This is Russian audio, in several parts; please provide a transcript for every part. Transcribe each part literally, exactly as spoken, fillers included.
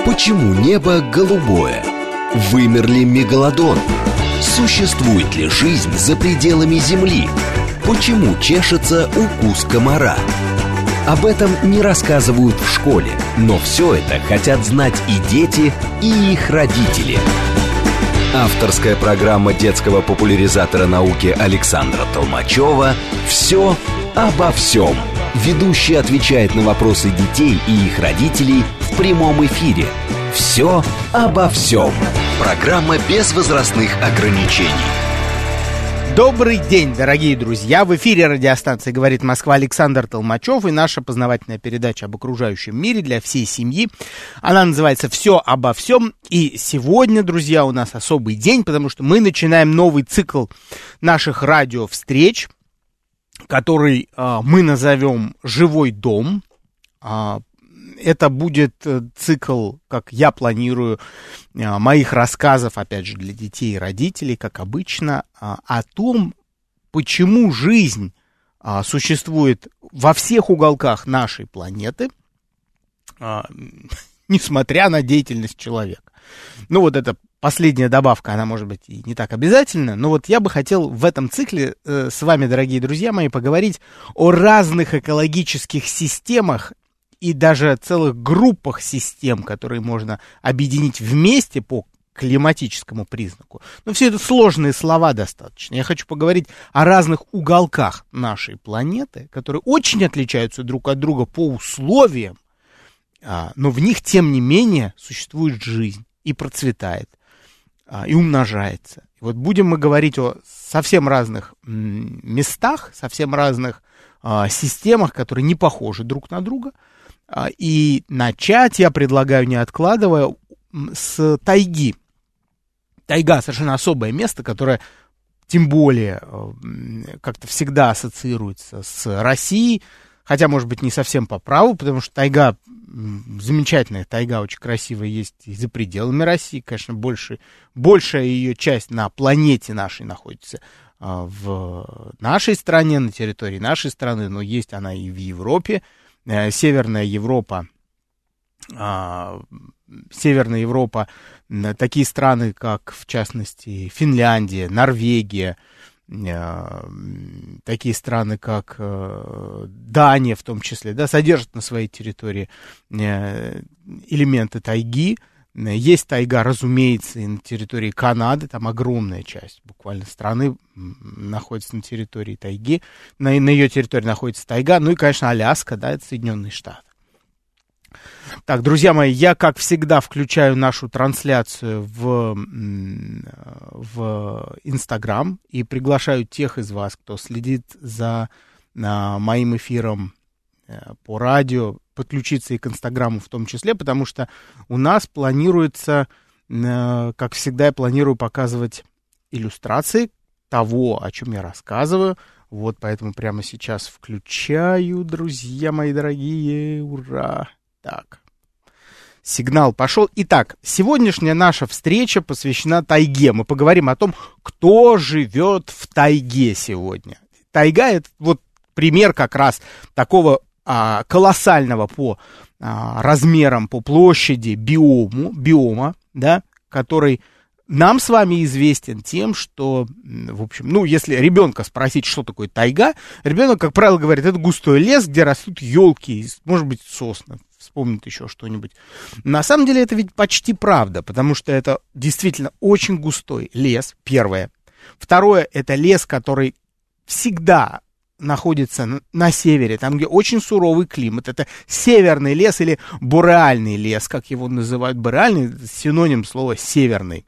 Почему небо голубое? Вымер ли мегалодон? Существует ли жизнь за пределами Земли? Почему чешется укус комара? Об этом не рассказывают в школе, но все это хотят знать и дети, и их родители. Авторская программа детского популяризатора науки Александра Толмачева «Все обо всем». Ведущий отвечает на вопросы детей и их родителей в прямом эфире. «Все обо всем». Программа без возрастных ограничений. Добрый день, дорогие друзья! В эфире радиостанции «Говорит Москва» Александр Толмачев и наша познавательная передача об окружающем мире для всей семьи. Она называется «Все обо всем». И сегодня, друзья, у нас особый день, потому что мы начинаем новый цикл наших радиовстреч, который э, мы назовем «Живой дом». Э, это будет цикл, как я планирую, э, моих рассказов, опять же, для детей и родителей, как обычно, э, о том, почему жизнь э, существует во всех уголках нашей планеты, э, несмотря на деятельность человека. Ну, вот это последняя добавка, она, может быть, и не так обязательна, но вот я бы хотел в этом цикле э, с вами, дорогие друзья мои, поговорить о разных экологических системах и даже целых группах систем, которые можно объединить вместе по климатическому признаку. Но все это сложные слова достаточно. Я хочу поговорить о разных уголках нашей планеты, которые очень отличаются друг от друга по условиям, а, но в них, тем не менее, существует жизнь и процветает, и умножается. И вот будем мы говорить о совсем разных местах, совсем разных а, системах, которые не похожи друг на друга. А, и начать я предлагаю, не откладывая, с тайги. Тайга — совершенно особое место, которое тем более как-то всегда ассоциируется с Россией, хотя, может быть, не совсем по праву, потому что тайга, замечательная тайга, очень красивая, есть и за пределами России. Конечно, больше, большая ее часть на планете нашей находится а, в нашей стране, на территории нашей страны, но есть она и в Европе. А, Северная Европа, а, Северная Европа, такие страны, как, в частности, Финляндия, Норвегия, такие страны, как Дания в том числе, да, содержат на своей территории элементы тайги. Есть тайга, разумеется, и на территории Канады, там огромная часть буквально страны находится на территории тайги, на, на ее территории находится тайга, ну и, конечно, Аляска, да, это Соединенные Штаты. Так, друзья мои, я, как всегда, включаю нашу трансляцию в, в Инстаграм и приглашаю тех из вас, кто следит за а, моим эфиром а, по радио, подключиться и к Инстаграму в том числе, потому что у нас планируется, а, как всегда, я планирую показывать иллюстрации того, о чем я рассказываю. Вот, поэтому прямо сейчас включаю, друзья мои дорогие, ура! Так, сигнал пошел. Итак, сегодняшняя наша встреча посвящена тайге. Мы поговорим о том, кто живет в тайге сегодня. Тайга — это вот пример как раз такого а, колоссального по а, размерам, по площади биому, биома, да, который нам с вами известен тем, что, в общем, ну, если ребенка спросить, что такое тайга, ребенок, как правило, говорит, это густой лес, где растут елки, может быть, сосны. Вспомнит еще что-нибудь. На самом деле это ведь почти правда, потому что это действительно очень густой лес, первое. Второе, это лес, который всегда находится на, на севере, там, где очень суровый климат. Это северный лес или бореальный лес, как его называют. Бореальный — синоним слова «северный».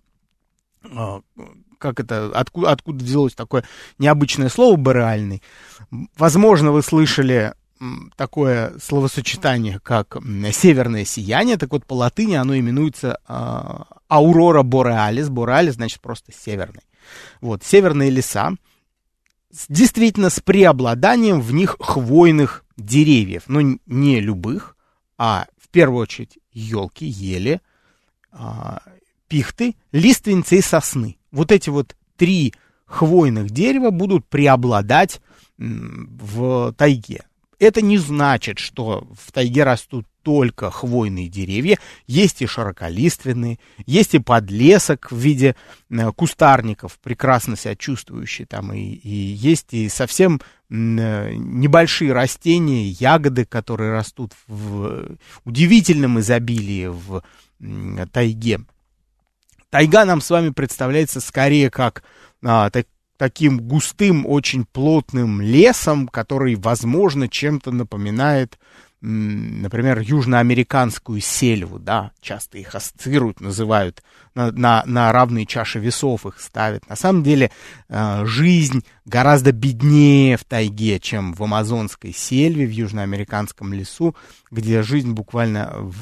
Как это, откуда, откуда взялось такое необычное слово «бореальный»? Возможно, вы слышали такое словосочетание, как северное сияние. Так вот, по латыни оно именуется э, аурора бореалис. Бореалис значит просто северный. Вот, северные леса, действительно с преобладанием в них хвойных деревьев. Но не любых, а в первую очередь елки, ели, э, пихты, лиственницы и сосны. Вот эти вот три хвойных дерева будут преобладать м, в тайге. Это не значит, что в тайге растут только хвойные деревья, есть и широколиственные, есть и подлесок в виде э, кустарников, прекрасно себя чувствующие там, и, и есть и совсем э, небольшие растения, ягоды, которые растут в удивительном изобилии в э, тайге. Тайга нам с вами представляется скорее как а, так, таким густым, очень плотным лесом, который, возможно, чем-то напоминает, например, южноамериканскую сельву, да, часто их ассоциируют, называют, на, на, на равные чаши весов их ставят. На самом деле э, жизнь гораздо беднее в тайге, чем в амазонской сельве, в южноамериканском лесу, где жизнь буквально в,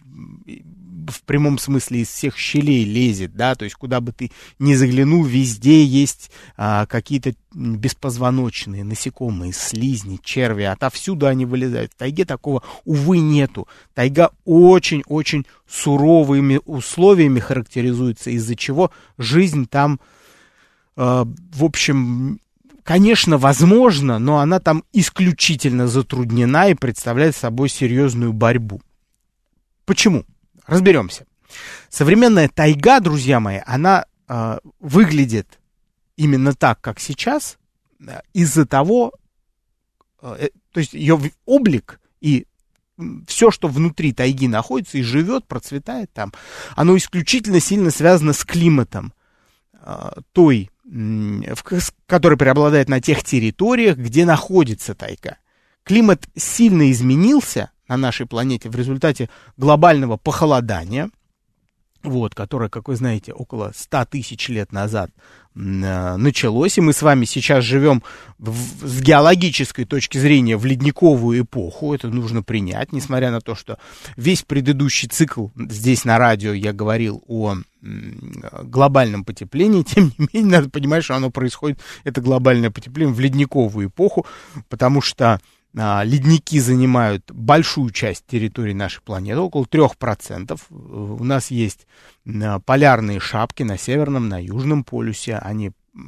в прямом смысле из всех щелей лезет, да, то есть куда бы ты ни заглянул, везде есть а, какие-то беспозвоночные, насекомые, слизни, черви, отовсюду они вылезают. В тайге такого, увы, нету. Тайга очень-очень суровыми условиями характеризуется, из-за чего жизнь там, э, в общем, конечно, возможно, но она там исключительно затруднена и представляет собой серьезную борьбу. Почему? Разберемся. Современная тайга, друзья мои, она э, выглядит именно так, как сейчас, э, из-за того, э, то есть ее облик и все, что внутри тайги находится и живет, процветает там, оно исключительно сильно связано с климатом э, той, э, который преобладает на тех территориях, где находится тайга. Климат сильно изменился на нашей планете в результате глобального похолодания, вот, которое, как вы знаете, около ста тысяч лет назад э, началось, и мы с вами сейчас живем в, с геологической точки зрения в ледниковую эпоху, это нужно принять, несмотря на то, что весь предыдущий цикл здесь на радио я говорил о глобальном потеплении, тем не менее, надо понимать, что оно происходит, это глобальное потепление, в ледниковую эпоху, потому что ледники занимают большую часть территории нашей планеты, около трех процентов. У нас есть полярные шапки на северном, на южном полюсе. Они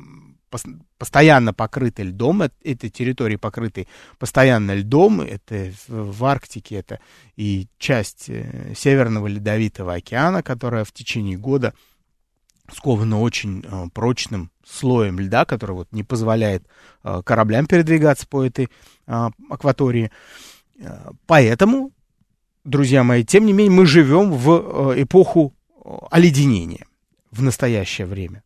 постоянно покрыты льдом. Эти территории покрыты постоянно льдом. Это в Арктике, это и часть Северного Ледовитого океана, которая в течение года скована очень э, прочным слоем льда, который вот не позволяет э, кораблям передвигаться по этой э, акватории. Э, поэтому, друзья мои, тем не менее, мы живем в э, эпоху оледенения в настоящее время.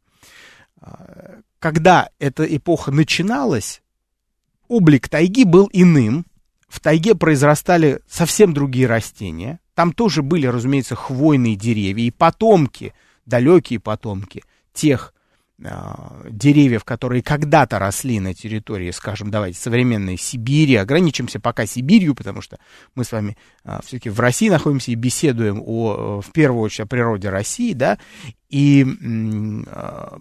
Э, когда эта эпоха начиналась, облик тайги был иным. В тайге произрастали совсем другие растения. Там тоже были, разумеется, хвойные деревья и потомки, далекие потомки тех э, деревьев, которые когда-то росли на территории, скажем, давайте, современной Сибири. Ограничимся пока Сибирью, потому что мы с вами э, все-таки в России находимся и беседуем о, в первую очередь о природе России, да, и э,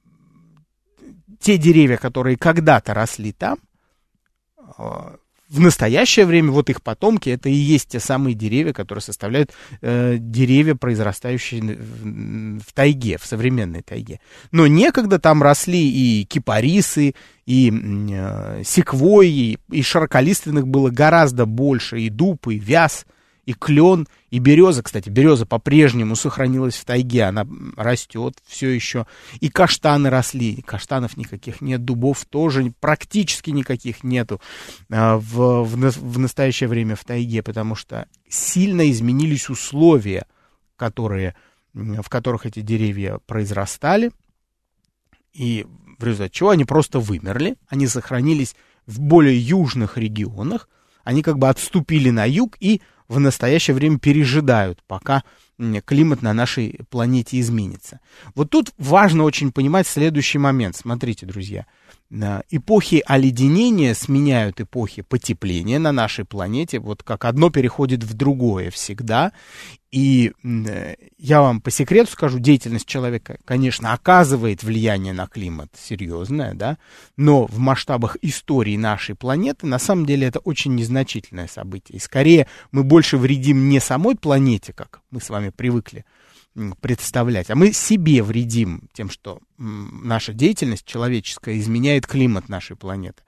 те деревья, которые когда-то росли там, э, в настоящее время вот их потомки, это и есть те самые деревья, которые составляют э, деревья, произрастающие в, в тайге, в современной тайге. Но некогда там росли и кипарисы, и э, секвойи, и широколиственных было гораздо больше, и дуб, и вяз, и клен, и береза. Кстати, береза по-прежнему сохранилась в тайге, она растет все еще. И каштаны росли, каштанов никаких нет, дубов тоже практически никаких нету а, в, в, в настоящее время в тайге, потому что сильно изменились условия, которые, в которых эти деревья произрастали, и в результате чего они просто вымерли, они сохранились в более южных регионах, они как бы отступили на юг и в настоящее время пережидают, пока климат на нашей планете изменится. Вот тут важно очень понимать следующий момент. Смотрите, друзья, эпохи оледенения сменяют эпохи потепления на нашей планете, вот как одно переходит в другое всегда. И я вам по секрету скажу, деятельность человека, конечно, оказывает влияние на климат серьезное, да, но в масштабах истории нашей планеты на самом деле это очень незначительное событие. И скорее мы больше вредим не самой планете, как мы с вами привыкли представлять, а мы себе вредим тем, что наша деятельность человеческая изменяет климат нашей планеты.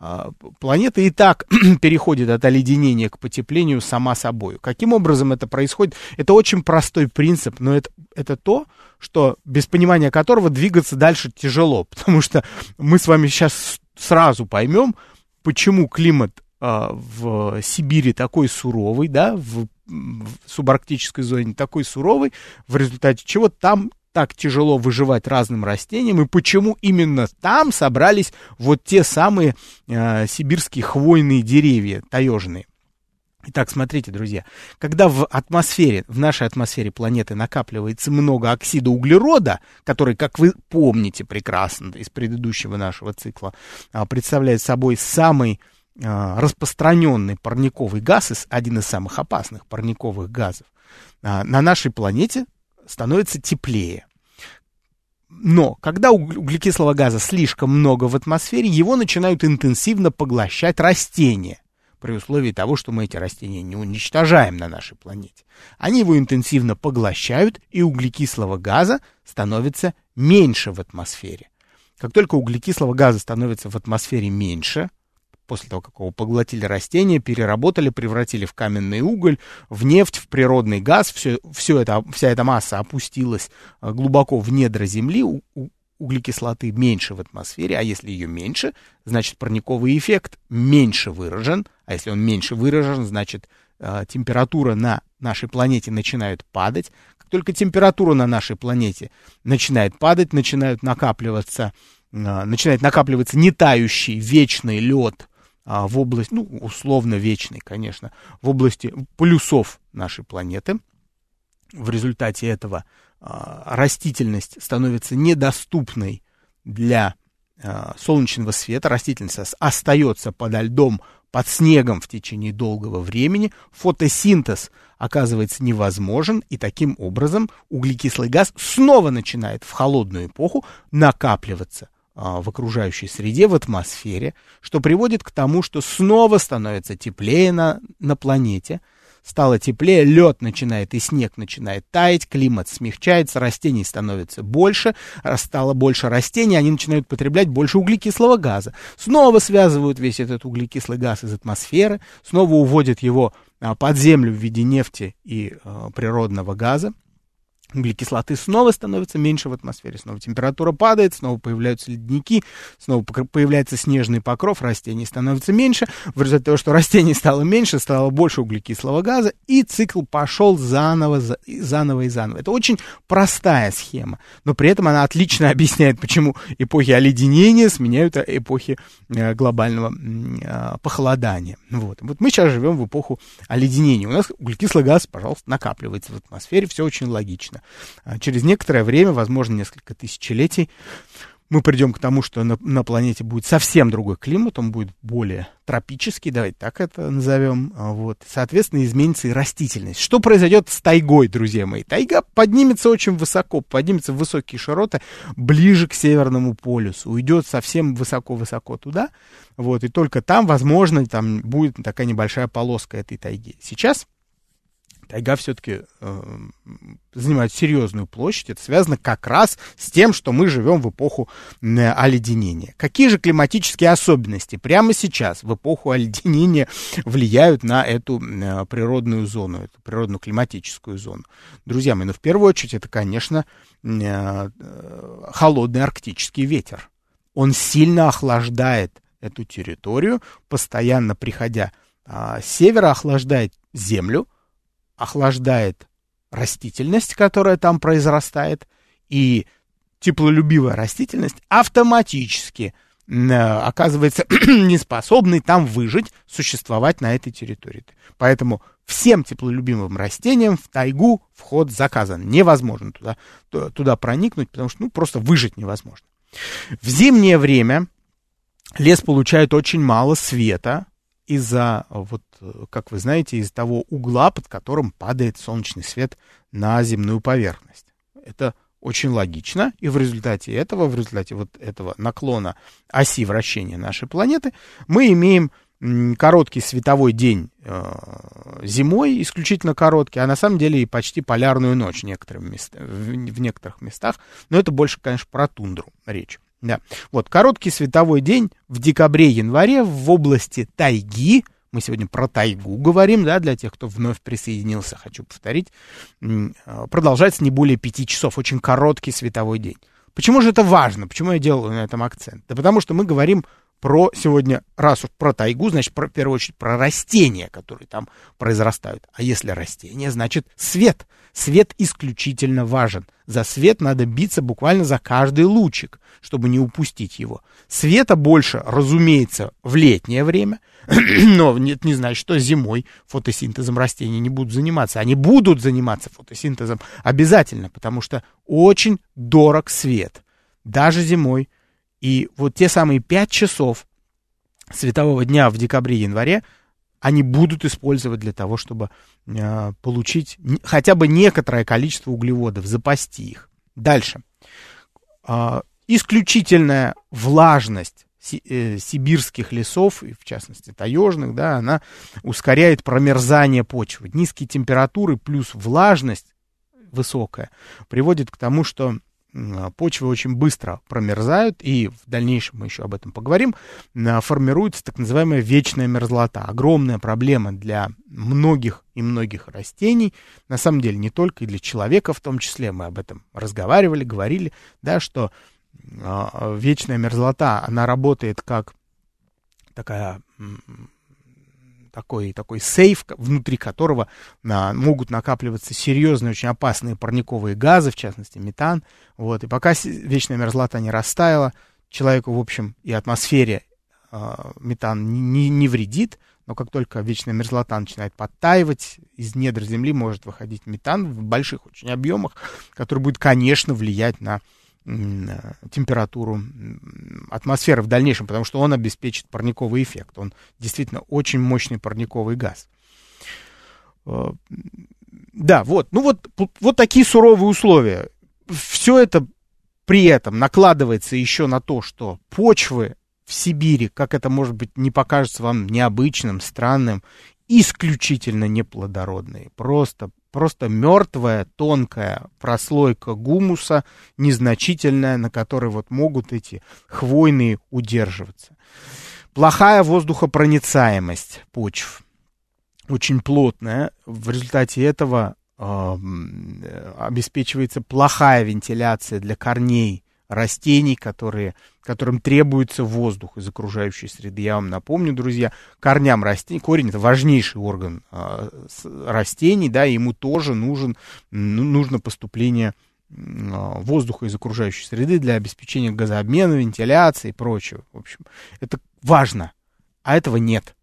планета и так переходит от оледенения к потеплению сама собой. Каким образом это происходит? Это очень простой принцип, но это, это то, что без понимания которого двигаться дальше тяжело, потому что мы с вами сейчас сразу поймем, почему климат в Сибири такой суровый, да, в, в субарктической зоне такой суровый, в результате чего там так тяжело выживать разным растениям, и почему именно там собрались вот те самые э, сибирские хвойные деревья таежные. Итак, смотрите, друзья, когда в атмосфере, в нашей атмосфере планеты накапливается много оксида углерода, который, как вы помните прекрасно из предыдущего нашего цикла, представляет собой самый распространенный парниковый газ, один из самых опасных парниковых газов, на нашей планете становится теплее. Но когда углекислого газа слишком много в атмосфере, его начинают интенсивно поглощать растения, при условии того, что мы эти растения не уничтожаем на нашей планете. Они его интенсивно поглощают, и углекислого газа становится меньше в атмосфере. Как только углекислого газа становится в атмосфере меньше, после того, как его поглотили растения, переработали, превратили в каменный уголь, в нефть, в природный газ, все, все это, вся эта масса опустилась глубоко в недра Земли, у, у, углекислоты меньше в атмосфере, а если ее меньше, значит парниковый эффект меньше выражен, а если он меньше выражен, значит э, температура на нашей планете начинает падать. Как только температура на нашей планете начинает падать, начинают накапливаться, э, начинает накапливаться нетающий вечный лед э, в области, ну, условно вечный, конечно, в области полюсов нашей планеты. В результате этого э, растительность становится недоступной для э, солнечного света, растительность остается подо льдом, под снегом в течение долгого времени, фотосинтез оказывается невозможен, и таким образом углекислый газ снова начинает в холодную эпоху накапливаться а, в окружающей среде, в атмосфере, что приводит к тому, что снова становится теплее на, на планете. Стало теплее, лед начинает и снег начинает таять, климат смягчается, растений становится больше, стало больше растений, они начинают потреблять больше углекислого газа. Снова связывают весь этот углекислый газ из атмосферы, снова уводят его под землю в виде нефти и э, природного газа. Углекислоты снова становится меньше в атмосфере, снова температура падает, снова появляются ледники, снова появляется снежный покров, растений становится меньше. В результате того, что растений стало меньше, стало больше углекислого газа, и цикл пошел заново, заново и заново. Это очень простая схема, но при этом она отлично объясняет, почему эпохи оледенения сменяют эпохи глобального похолодания. Вот. Вот мы сейчас живем в эпоху оледенения. У нас углекислый газ, пожалуйста, накапливается в атмосфере, все очень логично. Через некоторое время, возможно, несколько тысячелетий, мы придем к тому, что на, на планете будет совсем другой климат, он будет более тропический, давайте так это назовем, вот. Соответственно, изменится и растительность. Что произойдет с тайгой, друзья мои? Тайга поднимется очень высоко, поднимется в высокие широты, ближе к Северному полюсу, уйдет совсем высоко-высоко туда, вот, и только там, возможно, там будет такая небольшая полоска этой тайги. Сейчас тайга все-таки э, занимает серьезную площадь. Это связано как раз с тем, что мы живем в эпоху э, оледенения. Какие же климатические особенности прямо сейчас, в эпоху оледенения, влияют на эту э, природную зону, эту природную климатическую зону? Друзья мои, ну в первую очередь это, конечно, э, э, холодный арктический ветер. Он сильно охлаждает эту территорию, постоянно приходя э, с севера, охлаждает землю, охлаждает растительность, которая там произрастает, и теплолюбивая растительность автоматически э, оказывается неспособной там выжить, существовать на этой территории. Поэтому всем теплолюбивым растениям в тайгу вход заказан. Невозможно туда, туда проникнуть, потому что ну, просто выжить невозможно. В зимнее время лес получает очень мало света, из-за, вот, как вы знаете, из того угла, под которым падает солнечный свет на земную поверхность. Это очень логично, и в результате этого, в результате вот этого наклона оси вращения нашей планеты, мы имеем короткий световой день э, зимой, исключительно короткий, а на самом деле и почти полярную ночь в, некоторых мест, в, в некоторых местах, но это больше, конечно, про тундру речь. Да. Вот, короткий световой день в декабре-январе в области тайги, мы сегодня про тайгу говорим, да, для тех, кто вновь присоединился, хочу повторить, продолжается не более пяти часов, очень короткий световой день. Почему же это важно? Почему я делаю на этом акцент? Да потому что мы говорим про сегодня, раз уж про тайгу, значит, про, в первую очередь про растения, которые там произрастают. А если растения, значит свет. Свет исключительно важен. За свет надо биться буквально за каждый лучик, чтобы не упустить его. Света больше, разумеется, в летнее время, но это не значит, что зимой фотосинтезом растений не будут заниматься. Они будут заниматься фотосинтезом обязательно, потому что очень дорог свет, даже зимой. И вот те самые пять часов светового дня в декабре-январе они будут использовать для того, чтобы э, получить хотя бы некоторое количество углеводов, запасти их. Дальше. Э, исключительная влажность си, э, сибирских лесов, и в частности таежных, да, она ускоряет промерзание почвы. Низкие температуры плюс влажность высокая приводит к тому, что почвы очень быстро промерзают, и в дальнейшем мы еще об этом поговорим, формируется так называемая вечная мерзлота. Огромная проблема для многих и многих растений, на самом деле не только и для человека в том числе, мы об этом разговаривали, говорили, да, что э, вечная мерзлота, она работает как такая... Такой, такой сейф, внутри которого а, могут накапливаться серьезные, очень опасные парниковые газы, в частности метан. Вот. И пока вечная мерзлота не растаяла, человеку, в общем, и атмосфере а, метан не, не вредит, но как только вечная мерзлота начинает подтаивать, из недр земли может выходить метан в больших очень объемах, который будет, конечно, влиять на температуру атмосферы в дальнейшем, потому что он обеспечит парниковый эффект. Он действительно очень мощный парниковый газ. Да, вот, ну вот, вот такие суровые условия. Все это при этом накладывается еще на то, что почвы в Сибири, как это, может быть, не покажется вам необычным, странным, исключительно неплодородные. Просто Просто мертвая, тонкая прослойка гумуса, незначительная, на которой вот могут эти хвойные удерживаться. Плохая воздухопроницаемость почв, очень плотная. В результате этого э, обеспечивается плохая вентиляция для корней растений, которые, которым требуется воздух из окружающей среды. Я вам напомню, друзья, корням растений, корень — это важнейший орган э, растений, да, ему тоже нужен, ну, нужно поступление э, воздуха из окружающей среды для обеспечения газообмена, вентиляции и прочего. В общем, это важно, а этого нет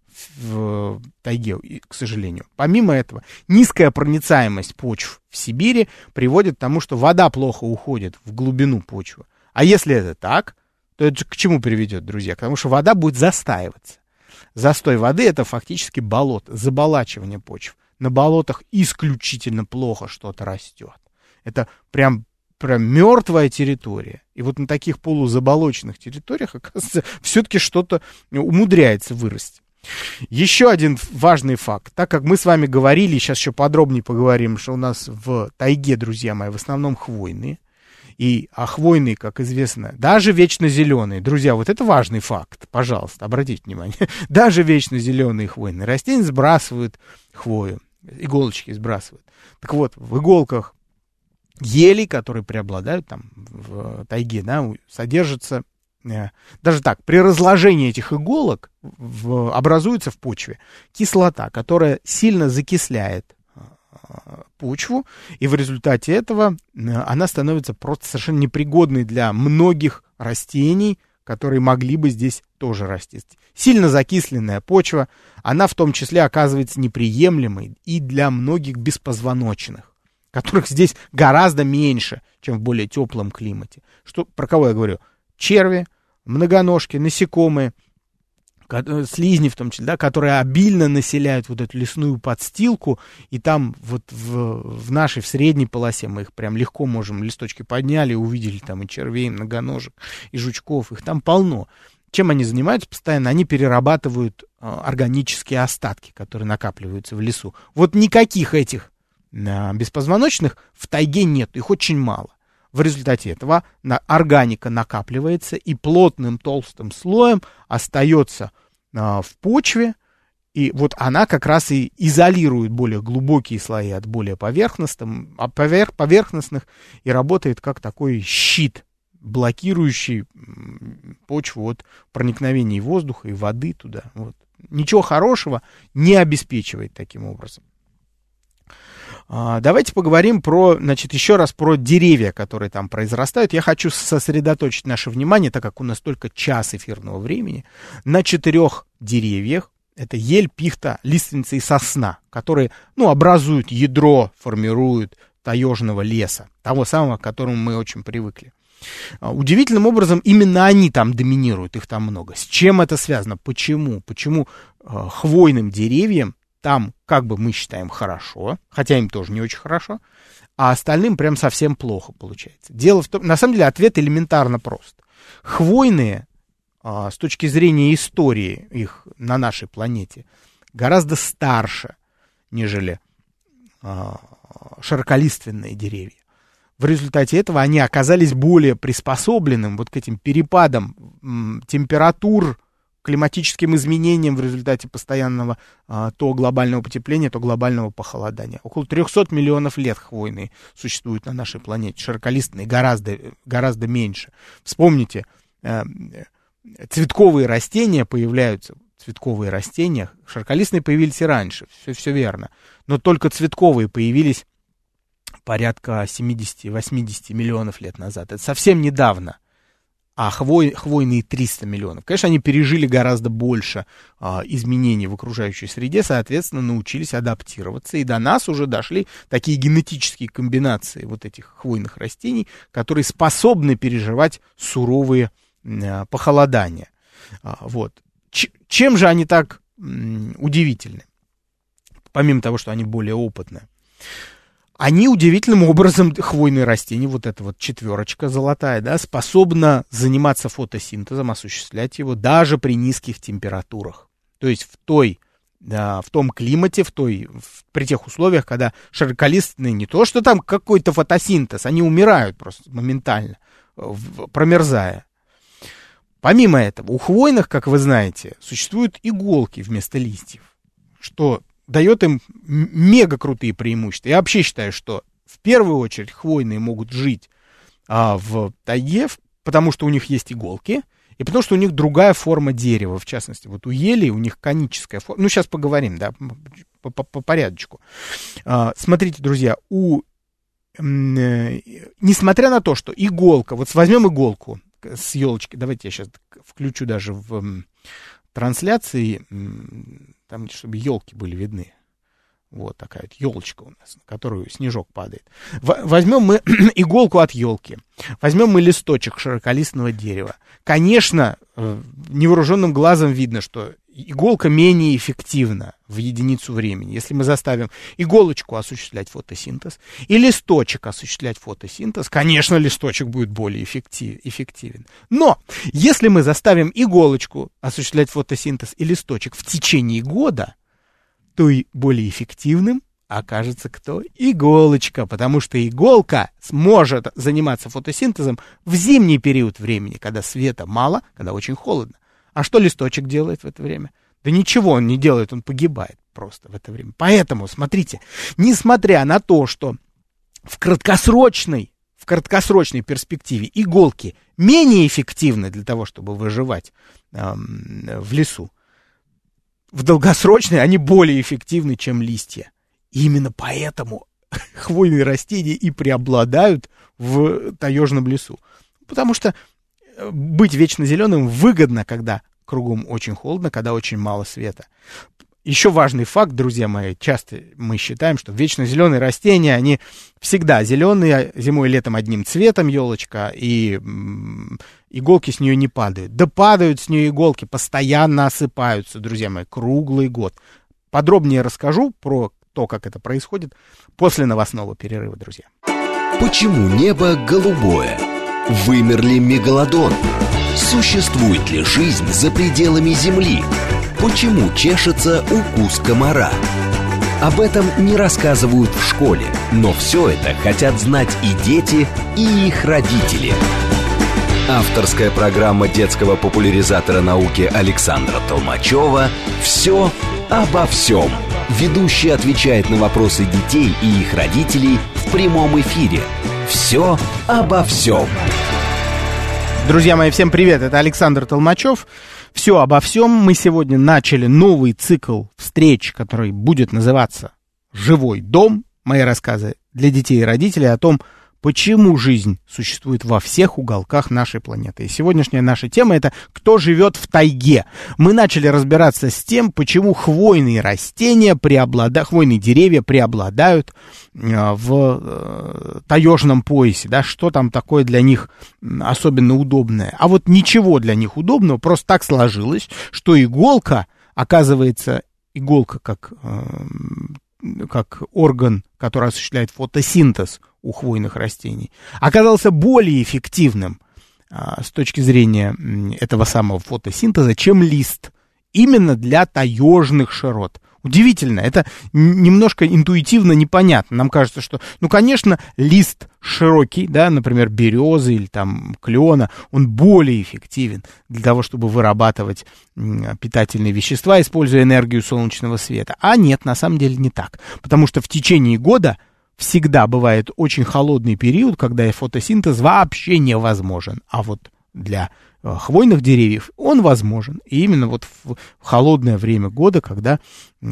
в тайге, к сожалению. Помимо этого, низкая проницаемость почв в Сибири приводит к тому, что вода плохо уходит в глубину почвы. А если это так, то это к чему приведет, друзья? Потому что вода будет застаиваться. Застой воды — это фактически болото, заболачивание почв. На болотах исключительно плохо что-то растет. Это прям, прям мертвая территория. И вот на таких полузаболоченных территориях, оказывается, все-таки что-то умудряется вырасти. Еще один важный факт. Так как мы с вами говорили, сейчас еще подробнее поговорим, что у нас в тайге, друзья мои, в основном хвойные. И, а хвойные, как известно, даже вечно зеленые. Друзья, вот это важный факт, пожалуйста, обратите внимание. Даже вечно зеленые хвойные растения сбрасывают хвою, иголочки сбрасывают. Так вот, в иголках елей, которые преобладают там в тайге, да, содержится, даже так, при разложении этих иголок в, образуется в почве кислота, которая сильно закисляет почву, и в результате этого она становится просто совершенно непригодной для многих растений, которые могли бы здесь тоже расти. Сильно закисленная почва, она в том числе оказывается неприемлемой и для многих беспозвоночных, которых здесь гораздо меньше, чем в более теплом климате. Что, про кого я говорю? Черви, многоножки, насекомые, слизни в том числе, да, которые обильно населяют вот эту лесную подстилку, и там вот в, в нашей, в средней полосе мы их прям легко можем, листочки подняли, увидели там и червей, и многоножек, и жучков, их там полно. Чем они занимаются постоянно? Они перерабатывают э, органические остатки, которые накапливаются в лесу. Вот никаких этих э, беспозвоночных в тайге нет, их очень мало. В результате этого органика накапливается и плотным толстым слоем остается а, в почве, и вот она как раз и изолирует более глубокие слои от более поверхностных, поверх, поверхностных и работает как такой щит, блокирующий почву от проникновения воздуха и воды туда. Вот. Ничего хорошего не обеспечивает таким образом. Давайте поговорим про, значит, еще раз про деревья, которые там произрастают. Я хочу сосредоточить наше внимание, так как у нас только час эфирного времени, на четырех деревьях. Это ель, пихта, лиственница и сосна, которые, ну, образуют ядро, формируют таежного леса, того самого, к которому мы очень привыкли. Удивительным образом именно они там доминируют, их там много. С чем это связано? Почему? Почему э, хвойным деревьям там, как бы мы считаем, хорошо, хотя им тоже не очень хорошо, а остальным прям совсем плохо получается. Дело в том, на самом деле ответ элементарно прост. Хвойные, э, с точки зрения истории их на нашей планете, гораздо старше, нежели э, широколиственные деревья. В результате этого они оказались более приспособленным вот к этим перепадам м, температур, климатическим изменениям в результате постоянного а, то глобального потепления, то глобального похолодания. Около трехсот миллионов лет хвойные существуют на нашей планете, широколистные гораздо, гораздо меньше. Вспомните, э, цветковые растения появляются, цветковые растения, широколистные появились и раньше, все, все верно, но только цветковые появились порядка семьдесят-восемьдесят миллионов лет назад. Это совсем недавно. А хвой, хвойные триста миллионов. Конечно, они пережили гораздо больше а, изменений в окружающей среде, соответственно, научились адаптироваться. И до нас уже дошли такие генетические комбинации вот этих хвойных растений, которые способны переживать суровые а, похолодания. А, вот. Ч- чем же они так м- удивительны? Помимо того, что они более опытные. Они удивительным образом, хвойные растения, вот эта вот четверочка золотая, да, способна заниматься фотосинтезом, осуществлять его даже при низких температурах. То есть в, той, да, в том климате, в той, в, при тех условиях, когда широколистные, не то что там какой-то фотосинтез, они умирают просто моментально, в, промерзая. Помимо этого, у хвойных, как вы знаете, существуют иголки вместо листьев, что дает им мега крутые преимущества. Я вообще считаю, что в первую очередь хвойные могут жить а, в тайге, потому что у них есть иголки, и потому что у них другая форма дерева, в частности. Вот у ели у них коническая форма. Ну, сейчас поговорим, да, по, по, по порядочку. А, смотрите, друзья, у, м, э, несмотря на то, что иголка, вот возьмем иголку с елочки, давайте я сейчас включу даже в м, трансляции, м, там, чтобы елки были видны. Вот такая вот елочка у нас, на которую снежок падает. Возьмем мы иголку от елки. Возьмем мы листочек широколистного дерева. Конечно, невооруженным глазом видно, что иголка менее эффективна в единицу времени. Если мы заставим иголочку осуществлять фотосинтез и листочек осуществлять фотосинтез, конечно, листочек будет более эффектив, эффективен. Но если мы заставим иголочку осуществлять фотосинтез и листочек в течение года, то и более эффективным окажется кто? Иголочка, потому что иголка сможет заниматься фотосинтезом в зимний период времени, когда света мало, когда очень холодно. А что листочек делает в это время? Да ничего он не делает, он погибает просто в это время. Поэтому, смотрите, несмотря на то, что в краткосрочной, в краткосрочной перспективе иголки менее эффективны для того, чтобы выживать эм, в лесу, в долгосрочной они более эффективны, чем листья. И именно поэтому хвойные растения и преобладают в таежном лесу. Потому что быть вечно зеленым выгодно, когда кругом очень холодно, когда очень мало света. Еще важный факт, друзья мои, часто мы считаем, что вечно зеленые растения, они всегда зеленые, зимой и летом одним цветом елочка, и м, иголки с нее не падают. Да падают с нее иголки, постоянно осыпаются, друзья мои, круглый год. Подробнее расскажу про то, как это происходит, после новостного перерыва, друзья. Почему небо голубое? Вымер ли мегалодон? Существует ли жизнь за пределами Земли? Почему чешется укус комара? Об этом не рассказывают в школе, но все это хотят знать и дети, и их родители. Авторская программа детского популяризатора науки Александра Толмачева «Все обо всем». Ведущий отвечает на вопросы детей и их родителей в прямом эфире. «Все обо всем». Друзья мои, всем привет, это Александр Толмачев. Все обо всем. Мы сегодня начали новый цикл встреч, который будет называться «Живой дом». Мои рассказы для детей и родителей о том, почему жизнь существует во всех уголках нашей планеты. И сегодняшняя наша тема — это «Кто живет в тайге?». Мы начали разбираться с тем, почему хвойные растения, преобладают, хвойные деревья преобладают в таежном поясе, да, что там такое для них особенно удобное. А вот ничего для них удобного, просто так сложилось, что иголка, оказывается, иголка как, как орган, который осуществляет фотосинтез у хвойных растений, оказался более эффективным а, с точки зрения этого самого фотосинтеза, чем лист, именно для таежных широт. Удивительно, это немножко интуитивно непонятно. Нам кажется, что, ну, конечно, лист широкий, да, например, березы или там клена, он более эффективен для того, чтобы вырабатывать питательные вещества, используя энергию солнечного света. А нет, на самом деле не так, потому что в течение года всегда бывает очень холодный период, когда фотосинтез вообще невозможен. А вот для э, хвойных деревьев он возможен. И именно вот в, в холодное время года, когда, э,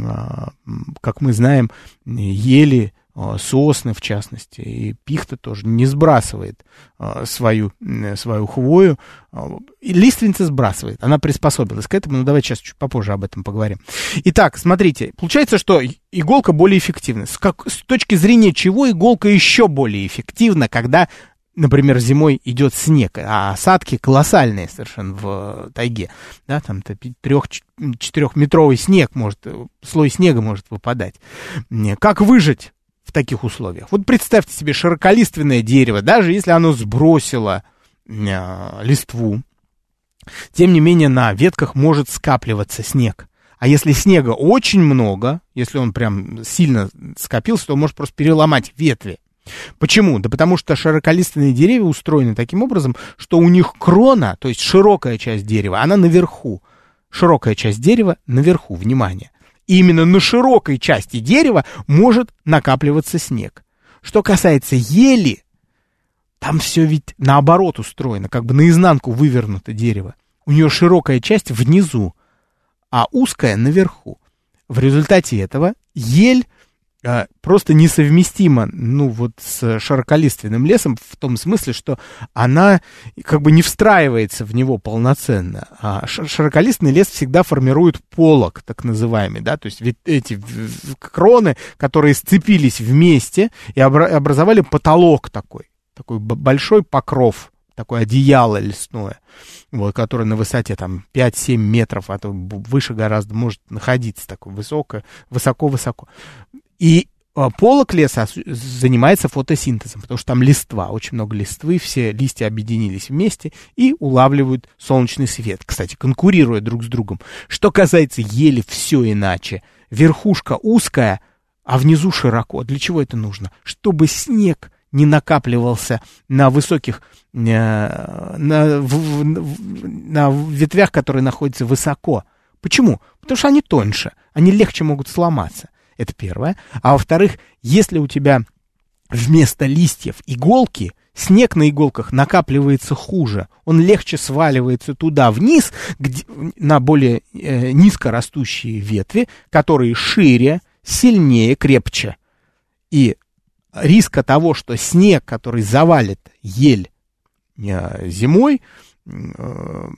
как мы знаем, ели, э, сосны, в частности, и пихта тоже не сбрасывает э, свою, э, свою хвою. Э, и лиственница сбрасывает. Она приспособилась к этому. Но давайте сейчас чуть попозже об этом поговорим. Итак, смотрите. Получается, что иголка более эффективна. С, как, с точки зрения чего иголка еще более эффективна, когда, например, зимой идет снег, а осадки колоссальные совершенно в тайге, да, там трех-четырехметровый снег может, слой снега может выпадать. Как выжить в таких условиях? Вот представьте себе широколиственное дерево, даже если оно сбросило э, листву, тем не менее на ветках может скапливаться снег. А если снега очень много, если он прям сильно скопился, то он может просто переломать ветви. Почему? Да потому что широколиственные деревья устроены таким образом, что у них крона, то есть широкая часть дерева, она наверху. Широкая часть дерева наверху, внимание. И именно на широкой части дерева может накапливаться снег. Что касается ели, там все ведь наоборот устроено, как бы наизнанку вывернуто дерево. У нее широкая часть внизу, а узкая наверху. В результате этого ель а, просто несовместима, ну, вот с широколиственным лесом в том смысле, что она как бы не встраивается в него полноценно. А широколиственный лес всегда формирует полог, так называемый, да, то есть ведь эти кроны, которые сцепились вместе и образовали потолок такой, такой большой покров, такое одеяло лесное, вот, которое на высоте там пять-семь метров, а то выше гораздо может находиться, такое высоко, высоко-высоко. И а, полог леса занимается фотосинтезом, потому что там листва, очень много листвы, все листья объединились вместе и улавливают солнечный свет, кстати, конкурируя друг с другом. Что касается ели, все иначе. Верхушка узкая, а внизу широко. Для чего это нужно? Чтобы снег не накапливался на высоких, на, на, в, на ветвях, которые находятся высоко. Почему? Потому что они тоньше, они легче могут сломаться. Это первое. А во-вторых, если у тебя вместо листьев иголки, снег на иголках накапливается хуже, он легче сваливается туда вниз, где, на более э, низко растущие ветви, которые шире, сильнее, крепче. И риска того, что снег, который завалит ель э, зимой, э,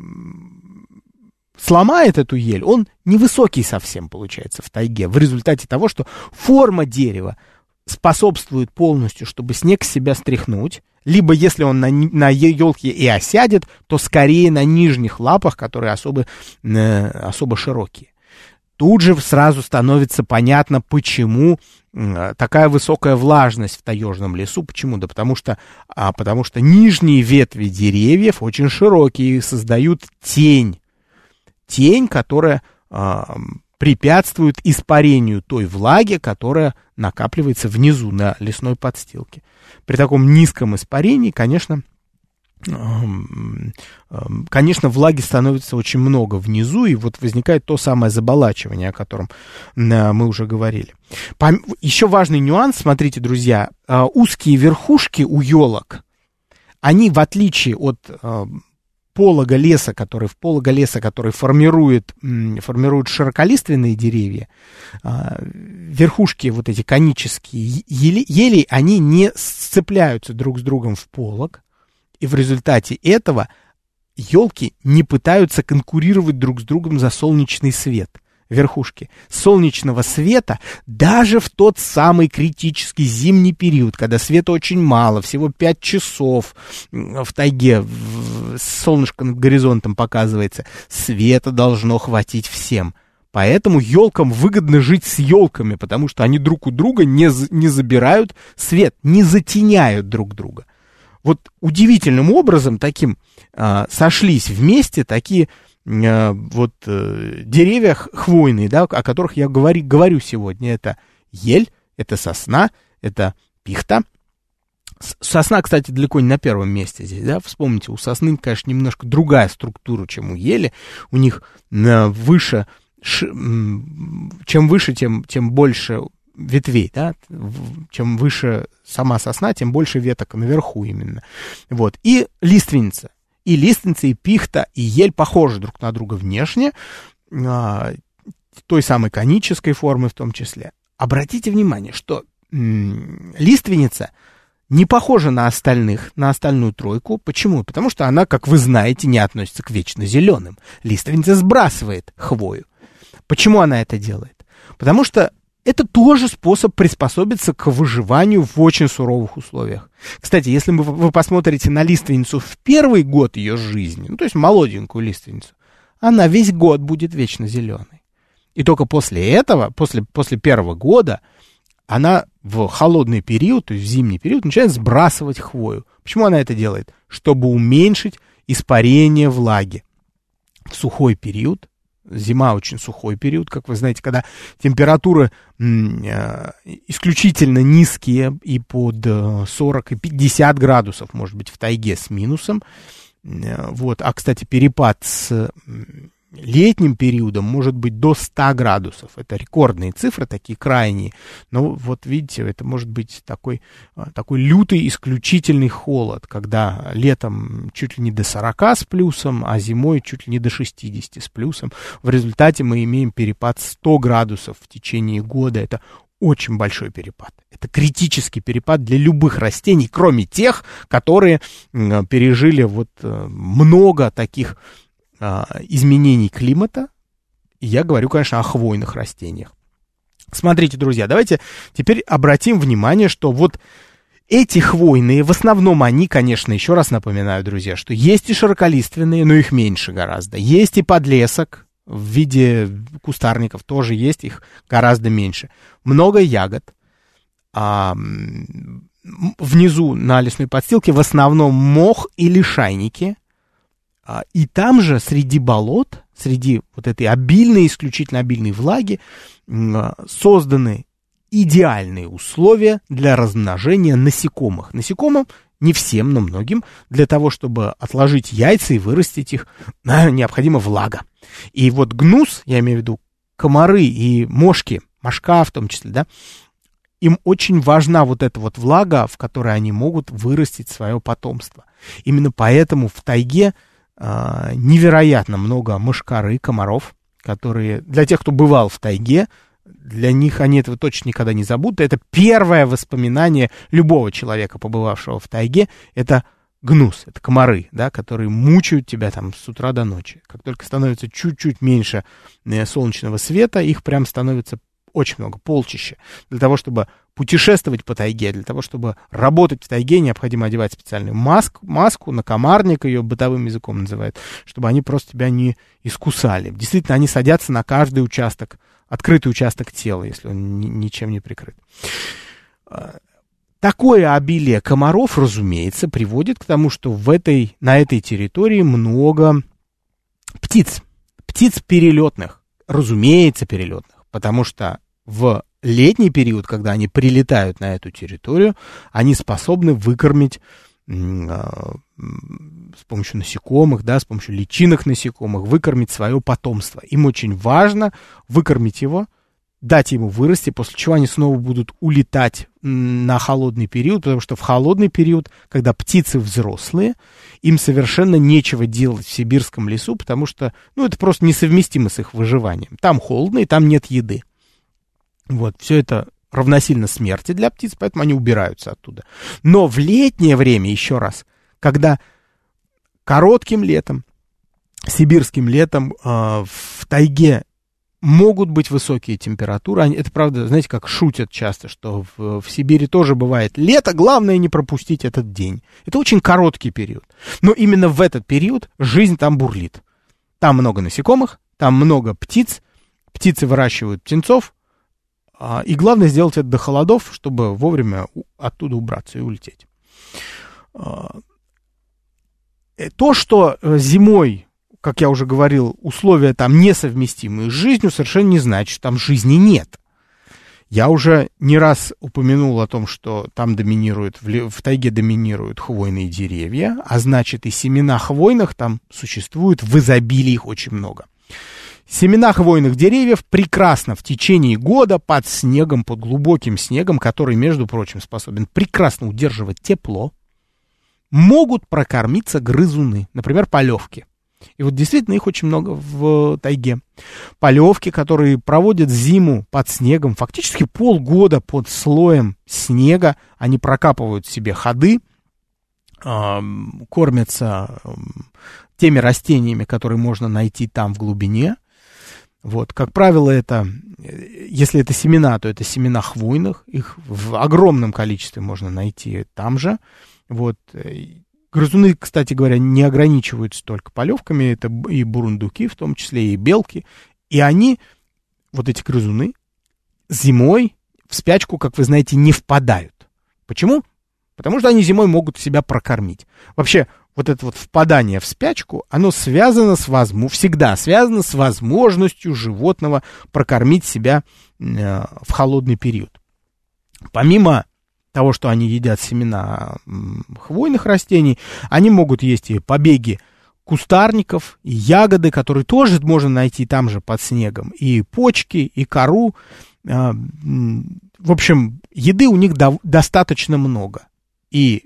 сломает эту ель, он невысокий совсем получается в тайге, в результате того, что форма дерева способствует полностью, чтобы снег с себя стряхнуть, либо если он на, на елке и осядет, то скорее на нижних лапах, которые особо, э, особо широкие. Тут же сразу становится понятно, почему э, такая высокая влажность в таежном лесу. Почему? Да потому что, а, потому что нижние ветви деревьев очень широкие и создают тень. Тень, которая э, препятствуют испарению той влаги, которая накапливается внизу на лесной подстилке. При таком низком испарении, конечно, конечно, влаги становится очень много внизу, и вот возникает то самое заболачивание, о котором мы уже говорили. Еще важный нюанс, смотрите, друзья, узкие верхушки у елок, они, в отличие от полога леса, который в полога леса, который формирует, формирует широколиственные деревья, верхушки вот эти конические ели, ели, они не сцепляются друг с другом в полог, и в результате этого елки не пытаются конкурировать друг с другом за солнечный свет. Верхушки солнечного света даже в тот самый критический зимний период, когда света очень мало, всего пять часов в тайге, солнышко над горизонтом показывается, света должно хватить всем. Поэтому елкам выгодно жить с елками, потому что они друг у друга не, не забирают свет, не затеняют друг друга. Вот удивительным образом таким а, сошлись вместе такие а, вот а, деревья хвойные, да, о которых я говорю, говорю сегодня. Это ель, это сосна, это пихта. Сосна, кстати, далеко не на первом месте здесь, да. Вспомните, у сосны, конечно, немножко другая структура, чем у ели. У них а, выше, ш, чем выше, тем, тем больше ветвей, да, чем выше сама сосна, тем больше веток наверху именно. Вот. И лиственница. И лиственница, и пихта, и ель похожи друг на друга внешне, а, той самой конической формы в том числе. Обратите внимание, что м- лиственница не похожа на остальных, на остальную тройку. Почему? Потому что она, как вы знаете, не относится к вечно зеленым. Лиственница сбрасывает хвою. Почему она это делает? Потому что это тоже способ приспособиться к выживанию в очень суровых условиях. Кстати, если вы, вы посмотрите на лиственницу в первый год ее жизни, ну, то есть молоденькую лиственницу, она весь год будет вечно зеленой. И только после этого, после, после первого года, она в холодный период, то есть в зимний период, начинает сбрасывать хвою. Почему она это делает? Чтобы уменьшить испарение влаги. В сухой период, зима очень сухой период, как вы знаете, когда температуры м, э, исключительно низкие, и под сорок и пятьдесят градусов, может быть, в тайге с минусом. Э, вот. А, кстати, перепад с летним периодом может быть до ста градусов. Это рекордные цифры, такие крайние. Но вот видите, это может быть такой, такой лютый исключительный холод, когда летом чуть ли не до сорока с плюсом, а зимой чуть ли не до шестидесяти с плюсом. В результате мы имеем перепад сто градусов в течение года. Это очень большой перепад. Это критический перепад для любых растений, кроме тех, которые пережили вот много таких изменений климата. И я говорю, конечно, о хвойных растениях. Смотрите, друзья, давайте теперь обратим внимание, что вот эти хвойные, в основном они, конечно, еще раз напоминаю, друзья, что есть и широколиственные, но их меньше гораздо. Есть и подлесок в виде кустарников, тоже есть, их гораздо меньше. Много ягод. А, внизу на лесной подстилке в основном мох и лишайники. И там же среди болот, среди вот этой обильной, исключительно обильной влаги, созданы идеальные условия для размножения насекомых. Насекомым, не всем, но многим, для того, чтобы отложить яйца и вырастить их, необходима влага. И вот гнус, я имею в виду комары и мошки, мошка в том числе, да, им очень важна вот эта вот влага, в которой они могут вырастить свое потомство. Именно поэтому в тайге невероятно много мошкары, комаров, которые, для тех, кто бывал в тайге, для них они этого точно никогда не забудут. Это первое воспоминание любого человека, побывавшего в тайге, это гнус, это комары, да, которые мучают тебя там с утра до ночи. Как только становится чуть-чуть меньше солнечного света, их прям становится очень много, полчища. Для того, чтобы путешествовать по тайге, для того, чтобы работать в тайге, необходимо одевать специальную маску, маску, накомарник, ее бытовым языком называют, чтобы они просто тебя не искусали. Действительно, они садятся на каждый участок, открытый участок тела, если он ни, ничем не прикрыт. Такое обилие комаров, разумеется, приводит к тому, что в этой, на этой территории много птиц, птиц перелетных. разумеется, перелетных, потому что в летний период, когда они прилетают на эту территорию, они способны выкормить э, с помощью насекомых, да, с помощью личинок насекомых, выкормить свое потомство. Им очень важно выкормить его, дать ему вырасти, после чего они снова будут улетать на холодный период, потому что в холодный период, когда птицы взрослые, им совершенно нечего делать в сибирском лесу, потому что, ну, это просто несовместимо с их выживанием. Там холодно, и там нет еды. Вот, все это равносильно смерти для птиц, поэтому они убираются оттуда. Но в летнее время, еще раз, когда коротким летом, сибирским летом э, в тайге могут быть высокие температуры, они, это правда, знаете, как шутят часто, что в, в Сибири тоже бывает лето, главное не пропустить этот день. Это очень короткий период, но именно в этот период жизнь там бурлит. Там много насекомых, там много птиц, птицы выращивают птенцов, и главное сделать это до холодов, чтобы вовремя оттуда убраться и улететь. То, что зимой, как я уже говорил, условия там несовместимые с жизнью, совершенно не значит, что там жизни нет. Я уже не раз упомянул о том, что там доминируют, в, в тайге доминируют хвойные деревья, а значит и семена хвойных там существуют в изобилии, их очень много. Семена хвойных деревьев прекрасно в течение года под снегом, под глубоким снегом, который, между прочим, способен прекрасно удерживать тепло, могут прокормиться грызуны, например, полевки. И вот действительно их очень много в тайге. Полевки, которые проводят зиму под снегом, фактически полгода под слоем снега, они прокапывают себе ходы, э, кормятся э, теми растениями, которые можно найти там в глубине. Вот, как правило, это, если это семена, то это семена хвойных, их в огромном количестве можно найти там же. Вот. Грызуны, кстати говоря, не ограничиваются только полевками, это и бурундуки, в том числе и белки. И они, вот эти грызуны, зимой в спячку, как вы знаете, не впадают. Почему? Потому что они зимой могут себя прокормить. Вообще, вот это вот впадание в спячку, оно связано с возможностью, всегда связано с возможностью животного прокормить себя э, в холодный период. Помимо того, что они едят семена хвойных растений, они могут есть и побеги кустарников, и ягоды, которые тоже можно найти там же под снегом, и почки, и кору. Э, в общем, еды у них до, достаточно много. И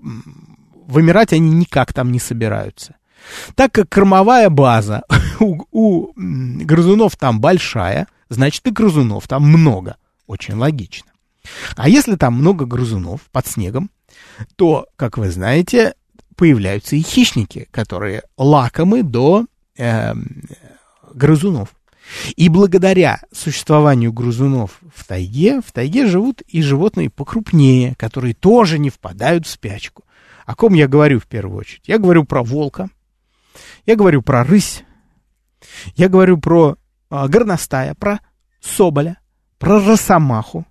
вымирать они никак там не собираются. Так как кормовая база у, у грызунов там большая, значит и грызунов там много. Очень логично. А если там много грызунов под снегом, то, как вы знаете, появляются и хищники, которые лакомы до э, грызунов. И благодаря существованию грызунов в тайге, в тайге живут и животные покрупнее, которые тоже не впадают в спячку. О ком я говорю в первую очередь? Я говорю про волка, я говорю про рысь, я говорю про э, горностая, про соболя, про росомаху.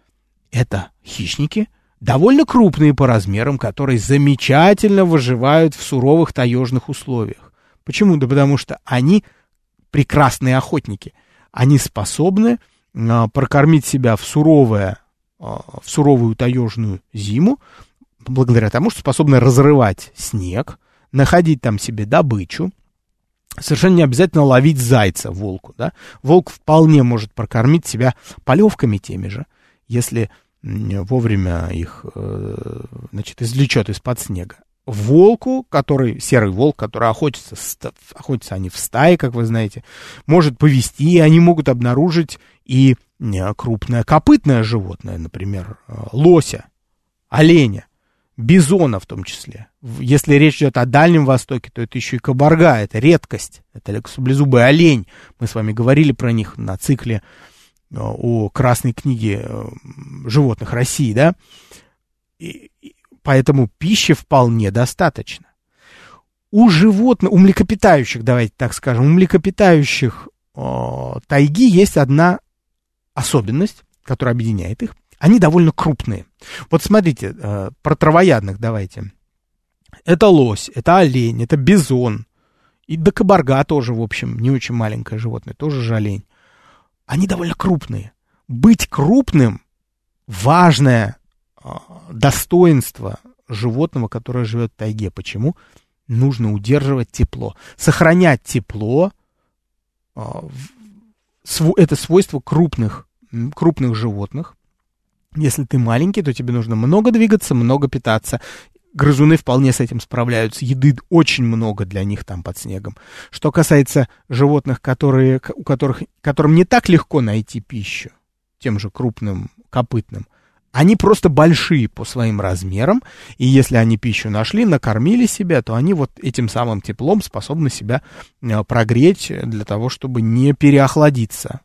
Это хищники, довольно крупные по размерам, которые замечательно выживают в суровых таежных условиях. Почему? Да потому что они прекрасные охотники. Они способны э, прокормить себя в, суровое, э, в суровую таежную зиму, благодаря тому, что способны разрывать снег, находить там себе добычу. Совершенно не обязательно ловить зайца волку. Да? Волк вполне может прокормить себя полевками теми же, если вовремя их, значит, извлечет из-под снега. Волку, который, серый волк, который охотится, охотятся они в стае, как вы знаете, может повести, и они могут обнаружить и крупное копытное животное, например, лося, оленя, бизона в том числе. Если речь идет о Дальнем Востоке, то это еще и кабарга, это редкость, это саблезубый олень. Мы с вами говорили про них на цикле о Красной книге животных России, да, и, и, поэтому пищи вполне достаточно. У животных, у млекопитающих, давайте так скажем, у млекопитающих о, тайги есть одна особенность, которая объединяет их. Они довольно крупные. Вот смотрите, э, про травоядных давайте. Это лось, это олень, это бизон И да кабарга тоже, в общем, не очень маленькое животное, тоже же олень. Они довольно крупные. Быть крупным – важное э, достоинство животного, которое живет в тайге. Почему? Нужно удерживать тепло. Сохранять тепло э, – это свойство крупных, крупных животных. Если ты маленький, то тебе нужно много двигаться, много питаться. Грызуны вполне с этим справляются. Еды очень много для них там под снегом. Что касается животных, которые, у которых, которым не так легко найти пищу, тем же крупным копытным, они просто большие по своим размерам, и если они пищу нашли, накормили себя, то они вот этим самым теплом способны себя прогреть для того, чтобы не переохладиться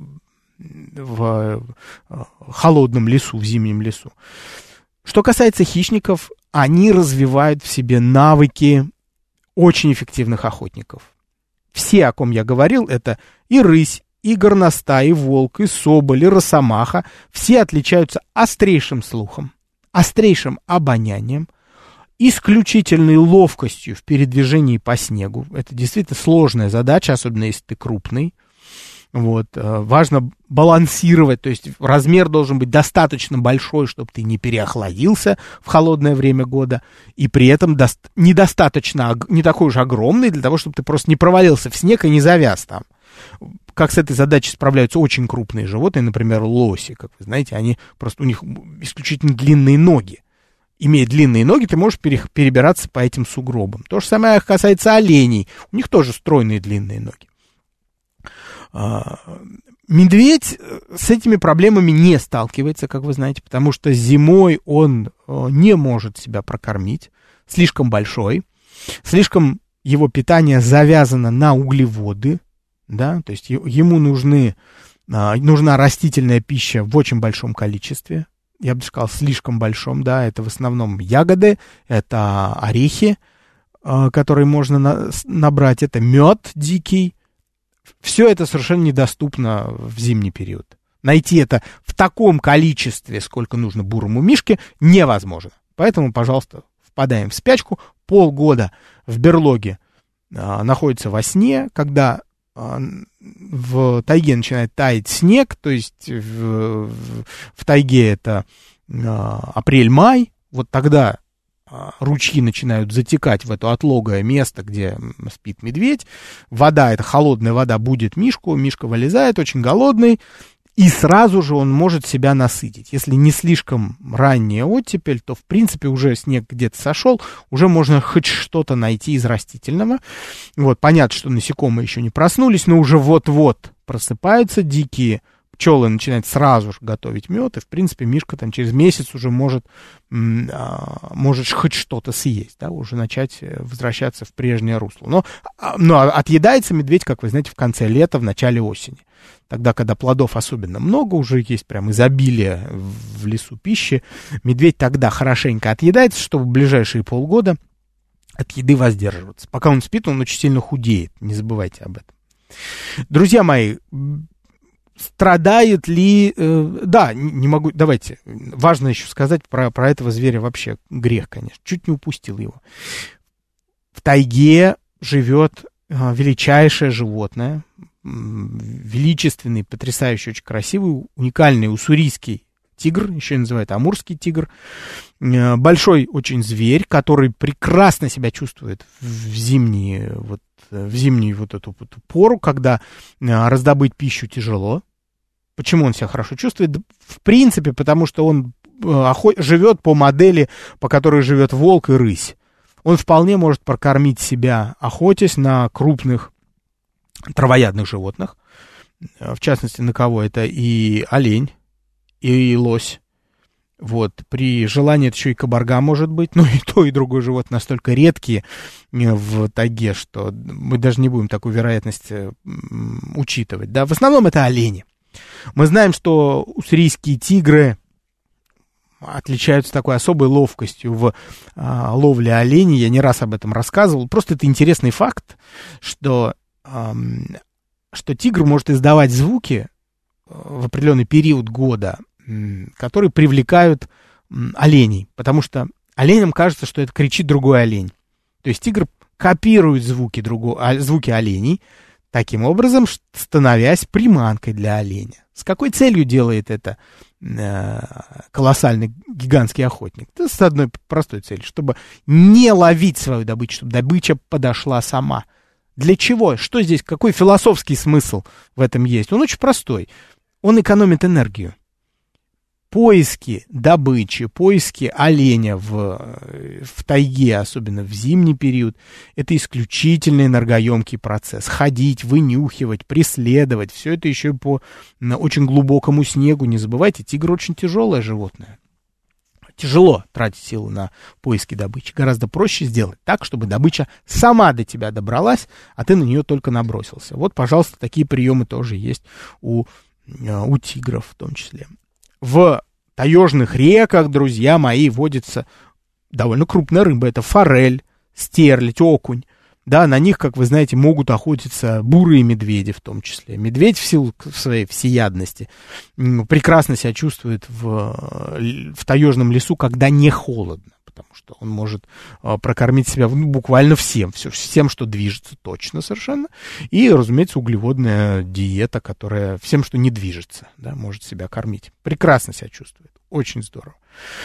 в холодном лесу, в зимнем лесу. Что касается хищников, они развивают в себе навыки очень эффективных охотников. Все, о ком я говорил, это и рысь, и горностай, и волк, и соболь, и росомаха. Все отличаются острейшим слухом, острейшим обонянием, исключительной ловкостью в передвижении по снегу. Это действительно сложная задача, особенно если ты крупный. Вот, важно балансировать, то есть размер должен быть достаточно большой, чтобы ты не переохладился в холодное время года, и при этом до, недостаточно, не такой уж огромный, для того, чтобы ты просто не провалился в снег и не завяз там. Как с этой задачей справляются очень крупные животные, например, лоси, как вы знаете, они просто, у них исключительно длинные ноги. Имея длинные ноги, ты можешь пере, перебираться по этим сугробам. То же самое касается оленей, у них тоже стройные длинные ноги. Медведь с этими проблемами не сталкивается, как вы знаете, потому что зимой он не может себя прокормить, слишком большой, слишком его питание завязано на углеводы, да, то есть ему нужны, нужна растительная пища в очень большом количестве, я бы сказал, слишком большом, да, это в основном ягоды, это орехи, которые можно на, набрать, это мед дикий. Все это совершенно недоступно в зимний период. Найти это в таком количестве, сколько нужно бурому мишке, невозможно. Поэтому, пожалуйста, впадаем в спячку. Полгода в берлоге а, находится во сне, когда а, в тайге начинает таять снег, то есть в, в, в тайге это а, апрель-май, вот тогда ручьи начинают затекать в это отлогое место, где спит медведь. Вода, эта холодная вода, будет мишку. Мишка вылезает, очень голодный. И сразу же он может себя насытить. Если не слишком ранняя оттепель, то, в принципе, уже снег где-то сошел. Уже можно хоть что-то найти из растительного. Вот, понятно, что насекомые еще не проснулись, но уже вот-вот просыпаются дикие. Пчелы начинают сразу же готовить мед, и, в принципе, мишка там через месяц уже может, может хоть что-то съесть, да, уже начать возвращаться в прежнее русло. Но, но отъедается медведь, как вы знаете, в конце лета, в начале осени. Тогда, когда плодов особенно много, уже есть прям изобилие в лесу пищи, медведь тогда хорошенько отъедается, чтобы в ближайшие полгода от еды воздерживаться. Пока он спит, он очень сильно худеет, не забывайте об этом. Друзья мои, страдает ли... Э, да, не могу... Давайте, важно еще сказать про, про этого зверя вообще. Грех, конечно. Чуть не упустил его. В тайге живет э, величайшее животное. Величественный, потрясающий, очень красивый, уникальный уссурийский тигр. Еще называют амурский тигр. Э, большой очень зверь, который прекрасно себя чувствует в зимние... Вот, в зимнюю вот эту, эту пору, когда а, раздобыть пищу тяжело. Почему он себя хорошо чувствует? В принципе, потому что он а, охо- живет по модели, по которой живет волк и рысь. Он вполне может прокормить себя, охотясь на крупных травоядных животных. В частности, на кого? Это и олень, и лось. Вот, при желании это еще и кабарга может быть, но и то, и другое животное настолько редкие в тайге, что мы даже не будем такую вероятность учитывать, да, в основном это олени. Мы знаем, что уссурийские тигры отличаются такой особой ловкостью в а, ловле оленей, я не раз об этом рассказывал, просто это интересный факт, что, а, что тигр может издавать звуки в определенный период года, которые привлекают оленей, потому что оленям кажется, что это кричит другой олень. То есть тигр копируют звуки, друго, звуки оленей, таким образом становясь приманкой для оленя. С какой целью делает это э, колоссальный гигантский охотник? Да с одной простой целью, чтобы не ловить свою добычу, чтобы добыча подошла сама. Для чего? Что здесь? Какой философский смысл в этом есть? Он очень простой. Он экономит энергию. Поиски добычи, поиски оленя в, в тайге, особенно в зимний период, это исключительно энергоемкий процесс. Ходить, вынюхивать, преследовать, все это еще и по очень глубокому снегу. Не забывайте, тигр очень тяжелое животное. Тяжело тратить силы на поиски добычи. Гораздо проще сделать так, чтобы добыча сама до тебя добралась, а ты на нее только набросился. Вот, пожалуйста, такие приемы тоже есть у, у тигров в том числе. В таежных реках, друзья мои, водится довольно крупная рыба. Это форель, стерлядь, окунь. Да, на них, как вы знаете, могут охотиться бурые медведи в том числе. Медведь в силу своей всеядности прекрасно себя чувствует в, в таежном лесу, когда не холодно. Потому что он может а, прокормить себя ну, буквально всем, все, всем, что движется, точно совершенно. И, разумеется, углеводная диета, которая всем, что не движется, да, может себя кормить. Прекрасно себя чувствует. Очень здорово.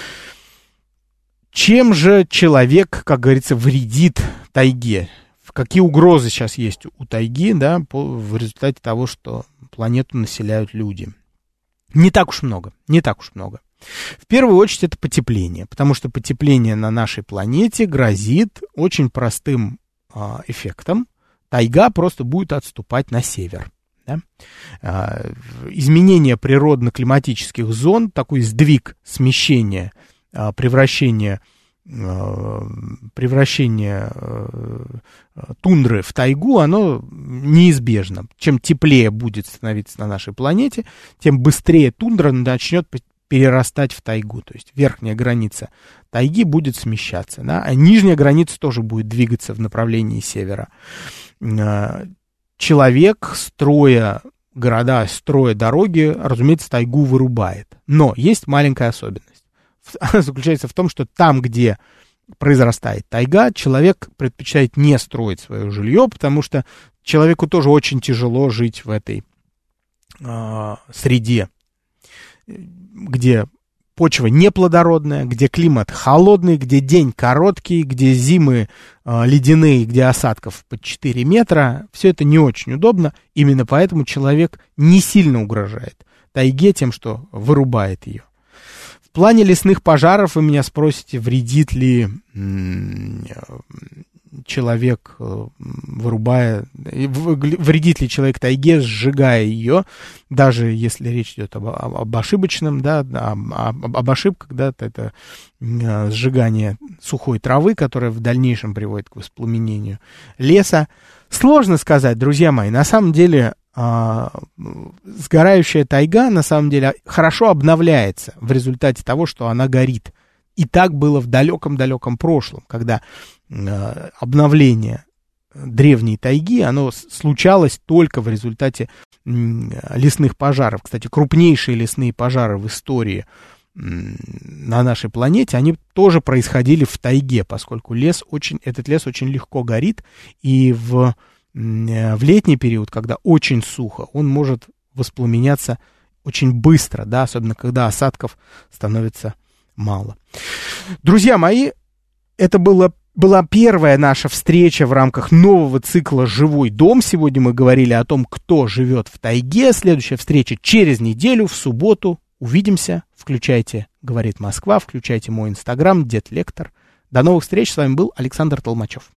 Чем же человек, как говорится, вредит тайге? Какие угрозы сейчас есть у тайги, да, по, в результате того, что планету населяют люди? Не так уж много, не так уж много. В первую очередь это потепление, потому что потепление на нашей планете грозит очень простым а, эффектом. Тайга просто будет отступать на север. Да? А, изменение природно-климатических зон, такой сдвиг, смещение, а, превращение, а, превращение а, тундры в тайгу, оно неизбежно. Чем теплее будет становиться на нашей планете, тем быстрее тундра начнет перерастать в тайгу, то есть верхняя граница тайги будет смещаться, да, а нижняя граница тоже будет двигаться в направлении севера. Человек, строя города, строя дороги, разумеется, тайгу вырубает. Но есть маленькая особенность. Она заключается в том, что там, где произрастает тайга, человек предпочитает не строить свое жилье, потому что человеку тоже очень тяжело жить в этой э, среде, где почва неплодородная, где климат холодный, где день короткий, где зимы э, ледяные, где осадков под четыре метра. Все это не очень удобно. Именно поэтому человек не сильно угрожает тайге тем, что вырубает ее. В плане лесных пожаров вы меня спросите, вредит ли м- человек, вырубая, вредит ли человек тайге, сжигая ее, даже если речь идет об, об ошибочном, да, об, об ошибках, да, это сжигание сухой травы, которая в дальнейшем приводит к воспламенению леса. Сложно сказать, друзья мои, на самом деле сгорающая тайга, на самом деле, хорошо обновляется в результате того, что она горит. И так было в далеком-далеком прошлом, когда э, обновление древней тайги, оно случалось только в результате э, лесных пожаров. Кстати, крупнейшие лесные пожары в истории э, на нашей планете, они тоже происходили в тайге, поскольку лес очень, этот лес очень легко горит, и в, э, в летний период, когда очень сухо, он может воспламеняться очень быстро, да, особенно когда осадков становится мало. Друзья мои, это было, была первая наша встреча в рамках нового цикла «Живой дом». Сегодня мы говорили о том, кто живет в тайге. Следующая встреча через неделю, в субботу. Увидимся. Включайте «Говорит Москва», включайте мой инстаграм, Дед Лектор. До новых встреч. С вами был Александр Толмачев.